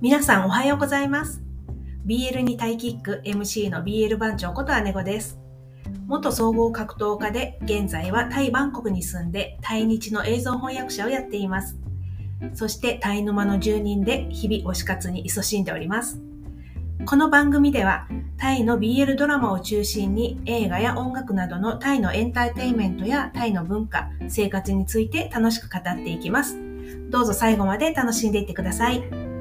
皆さんおはようございます。BL にタイキック MC の BL 番長こと姉子です。元総合格闘家で現在はタイバンコクに住んでタイ日の映像翻訳者をやっています。そしてタイ沼の住人で日々推し活に勤しんでおります。この番組ではタイの BL ドラマを中心に映画や音楽などのタイのエンターテインメントやタイの文化、生活について楽しく語っていきます。どうぞ最後まで楽しんでいってください。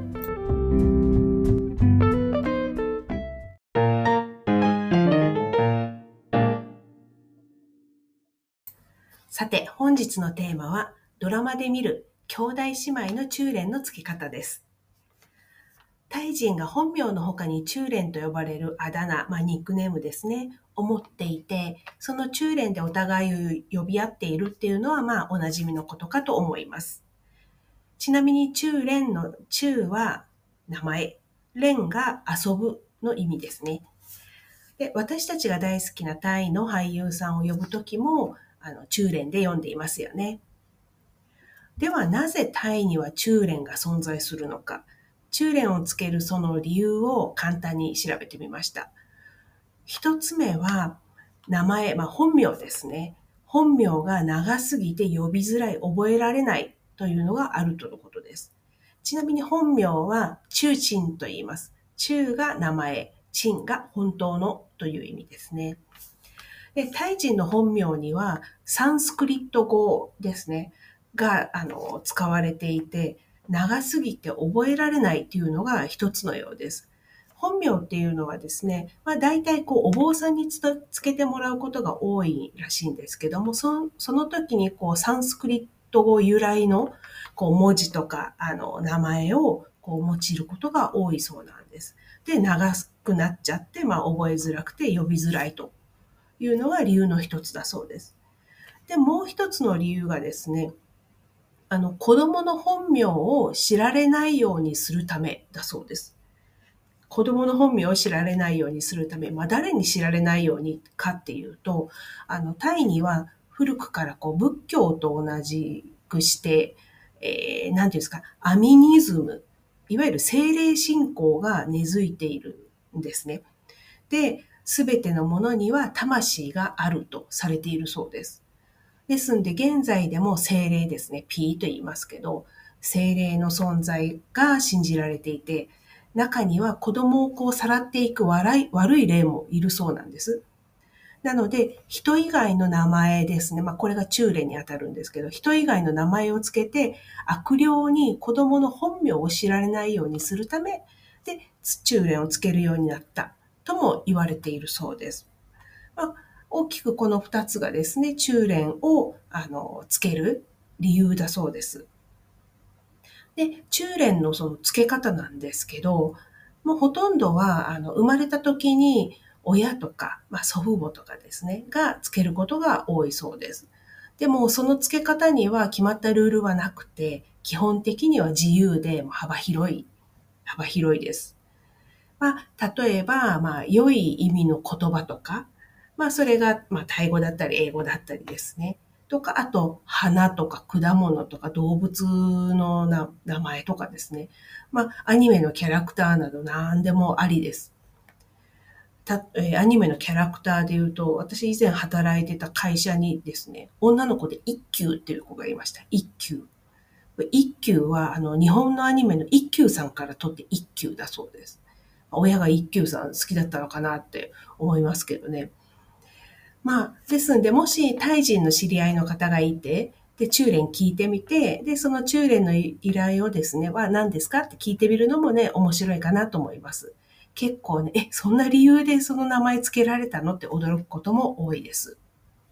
さて、本日のテーマはドラマで見る兄弟姉妹のチューレンの付け方です。タイ人が本名の他にチューレンと呼ばれるあだ名、ニックネームですね、を持っていて、そのチューレンでお互いを呼び合っているっていうのはおなじみのことかと思います。ちなみにチューレンのチューは名前、レンが遊ぶの意味ですね。で、私たちが大好きなタイの俳優さんを呼ぶときも、チューレンで呼んでいますよね。ではなぜタイにはチューレンが存在するのか、チューレンをつけるその理由を簡単に調べてみました。一つ目は名前、本名ですね。本名が長すぎて呼びづらい、覚えられないというのがあるとのことです。ちなみに本名はチューチンと言います。チューが名前、チンが本当のという意味ですね。で、タイ人の本名にはサンスクリット語ですね、が使われていて、長すぎて覚えられないというのが一つのようです。本名っていうのはですね、大体お坊さんにつけてもらうことが多いらしいんですけども、その時にサンスクリット語由来の文字とか名前を用いることが多いそうなんです。で、長くなっちゃって、覚えづらくて呼びづらいというのが理由の一つだそうです。で、もう一つの理由がですね、子供の本名を知られないようにするためだそうです。子供の本名を知られないようにするため、誰に知られないようにかっていうと、タイには古くから仏教と同じくして、なんていうんですか、アミニズム、いわゆる精霊信仰が根付いているんですね。で、すべてのものには魂があるとされているそうです。ですんで、現在でも精霊ですね、ピーと言いますけど、精霊の存在が信じられていて、中には子供をさらっていく悪い霊もいるそうなんです。なので、人以外の名前ですね。これがチューレに当たるんですけど、人以外の名前をつけて、悪霊に子供の本名を知られないようにするため、で、チューレンをつけるようになったとも言われているそうです。大きくこの2つがですね、チューレンをつける理由だそうです。で、チューレンのその付け方なんですけど、もうほとんどは生まれた時に親とか、祖父母とかですね、が付けることが多いそうです。でもその付け方には決まったルールはなくて、基本的には自由で幅広いです。例えば、良い意味の言葉とか、それが、タイ語だったり英語だったりですね。とか、あと、花とか果物とか動物の名前とかですね。アニメのキャラクターなど何でもありです。アニメのキャラクターで言うと、私以前働いてた会社にですね、女の子で一休っていう子がいました。一休。一休は、日本のアニメの一休さんから取って一休だそうです。親が一休さん好きだったのかなって思いますけどね。ですんで、もしタイ人の知り合いの方がいて、で、チューレン聞いてみて、で、そのチューレンの依頼をですね、何ですかって聞いてみるのもね、面白いかなと思います。結構ね、そんな理由でその名前つけられたのって驚くことも多いです。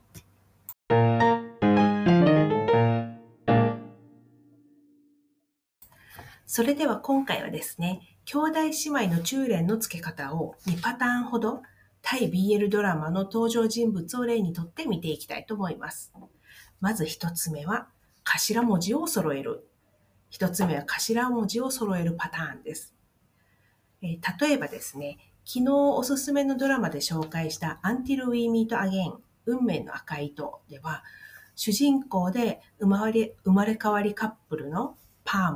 それでは今回はですね、兄弟姉妹のチューレンの付け方を2パターンほど、タイ BL ドラマの登場人物を例にとって見ていきたいと思います。まず一つ目は、頭文字を揃える。一つ目は頭文字を揃えるパターンです。例えばですね、昨日おすすめのドラマで紹介した Until We Meet Again 運命の赤い糸では、主人公で生まれ変わりカップルのパーム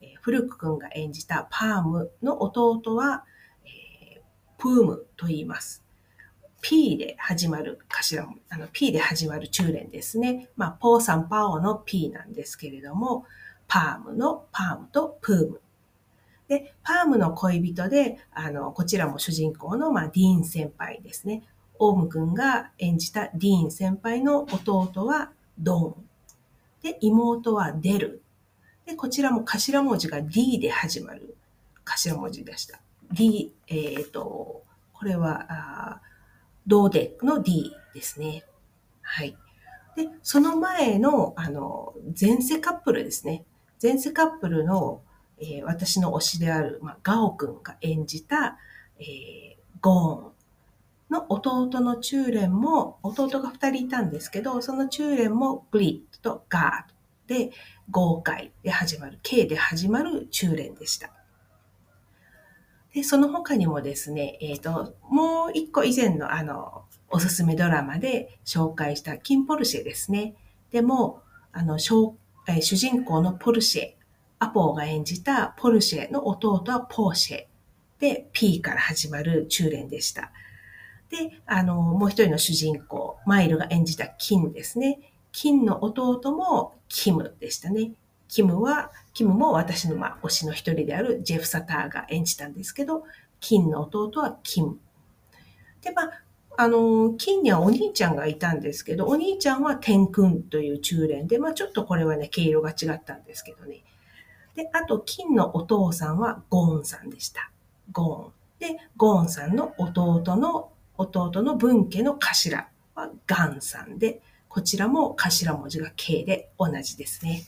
フルク君が演じたパームの弟は、プームと言います。P で始まるP で始まる中連ですね。ポーサンパオの P なんですけれども、パームのパームとプーム。で、パームの恋人で、こちらも主人公の、ディーン先輩ですね。オウム君が演じたディーン先輩の弟はドーン。で、妹はデル。で、こちらも頭文字が D で始まる頭文字でした。D、これは、ドーデの D ですね。はい。で、その前の、前世カップルですね。前世カップルの、私の推しである、ガオくんが演じた、ゴーンの弟の中連も、弟が2人いたんですけど、その中連もグリッドとガードで、豪快で始まる、K で始まる中連でした。で、その他にもですね、もう一個以前のおすすめドラマで紹介したキンポルシェですね。でも、主人公のポルシェ、アポーが演じたポルシェの弟はポーシェで P から始まる中連でした。で、もう一人の主人公、マイルが演じたキンですね。キンの弟もキムでしたね。キムも私の推しの一人であるジェフ・サターが演じたんですけど、キンの弟はキム。で、キンにはお兄ちゃんがいたんですけど、お兄ちゃんはテンクンという中連で、ちょっとこれはね、毛色が違ったんですけどね。で、あと、キンのお父さんはゴーンさんでした。ゴーン。で、ゴーンさんの弟の分家の頭はガンさんで、こちらも頭文字が K で同じですね。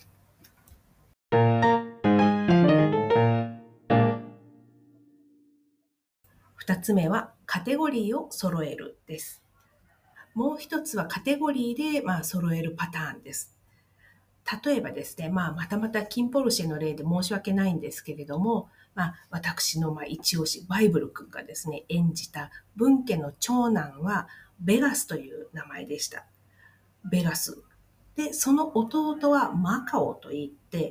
二つ目はカテゴリーを揃えるです。もう一つはカテゴリーで揃えるパターンです。例えばですね、またまたキンポルシェの例で申し訳ないんですけれども、私の一押しバイブル君がですね、演じた分家の長男はベガスという名前でした。ベガス。で、その弟はマカオといって、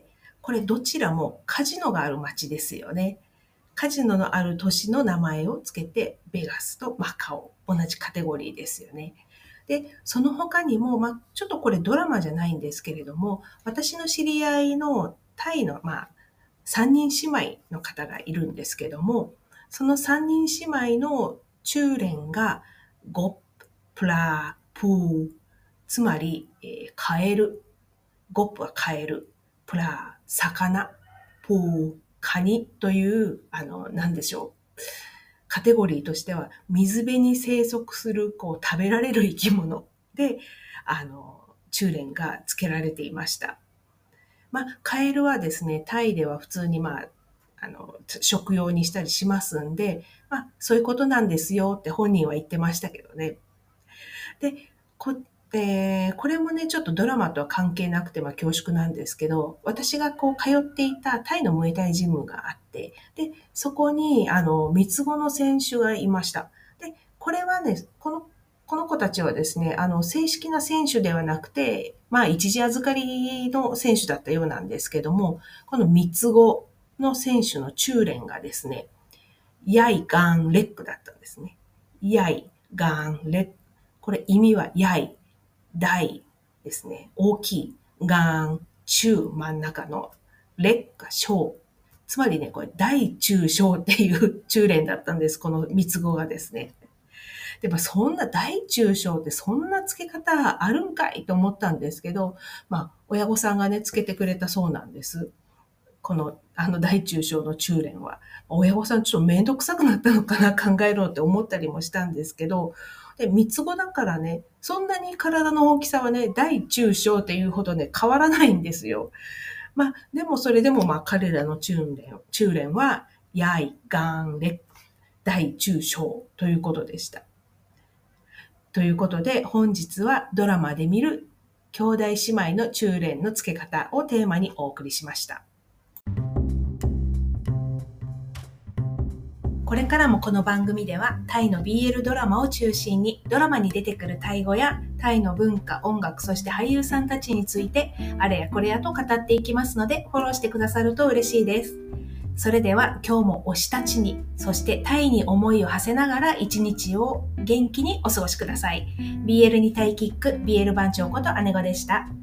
これどちらもカジノがある町ですよね。カジノのある都市の名前をつけて、ベガスとマカオ、同じカテゴリーですよね。で、その他にも、ちょっとこれドラマじゃないんですけれども、私の知り合いのタイの、3人姉妹の方がいるんですけども、その3人姉妹の中連がゴップ、プラー、プー、つまり、カエル、ゴップはカエル、プラー、魚、プー、カニという、なんでしょう。カテゴリーとしては、水辺に生息する、食べられる生き物で、中連が付けられていました。カエルはですね、タイでは普通に食用にしたりしますんで、そういうことなんですよって本人は言ってましたけどね。で、これもね、ちょっとドラマとは関係なくて、恐縮なんですけど、私が通っていたタイのムエタイジムがあって、で、そこに、三つ子の選手がいました。で、これはね、この子たちはですね、正式な選手ではなくて、一時預かりの選手だったようなんですけども、この三つ子の選手の中連がですね、ヤイガンレックだったんですね。ヤイガンレック。これ意味はヤイ、大ですね。大きい。ガン、中、真ん中の。レック、小。つまりね、これ大中小っていう中連だったんです。この三つ子がですね。で、そんな大中小ってそんな付け方あるんかいと思ったんですけど、親御さんがね、付けてくれたそうなんです。この、大中小の中連は。親御さんちょっとめんどくさくなったのかな、考えろって思ったりもしたんですけど、で、三つ子だからね、そんなに体の大きさはね、大中小っていうほどね、変わらないんですよ。でもそれでも彼らの中連は、やい、がん、れ、大中小ということでした。ということで、本日はドラマで見る兄弟姉妹の中連の付け方をテーマにお送りしました。 これからもこの番組ではタイの BL ドラマを中心にドラマに出てくるタイ語やタイの文化、音楽、そして俳優さんたちについてあれやこれやと語っていきますのでフォローしてくださると嬉しいです。それでは今日も推したちに、そしてタイに思いを馳せながら一日を元気にお過ごしください。BL にタイキック、BL 番長こと姉子でした。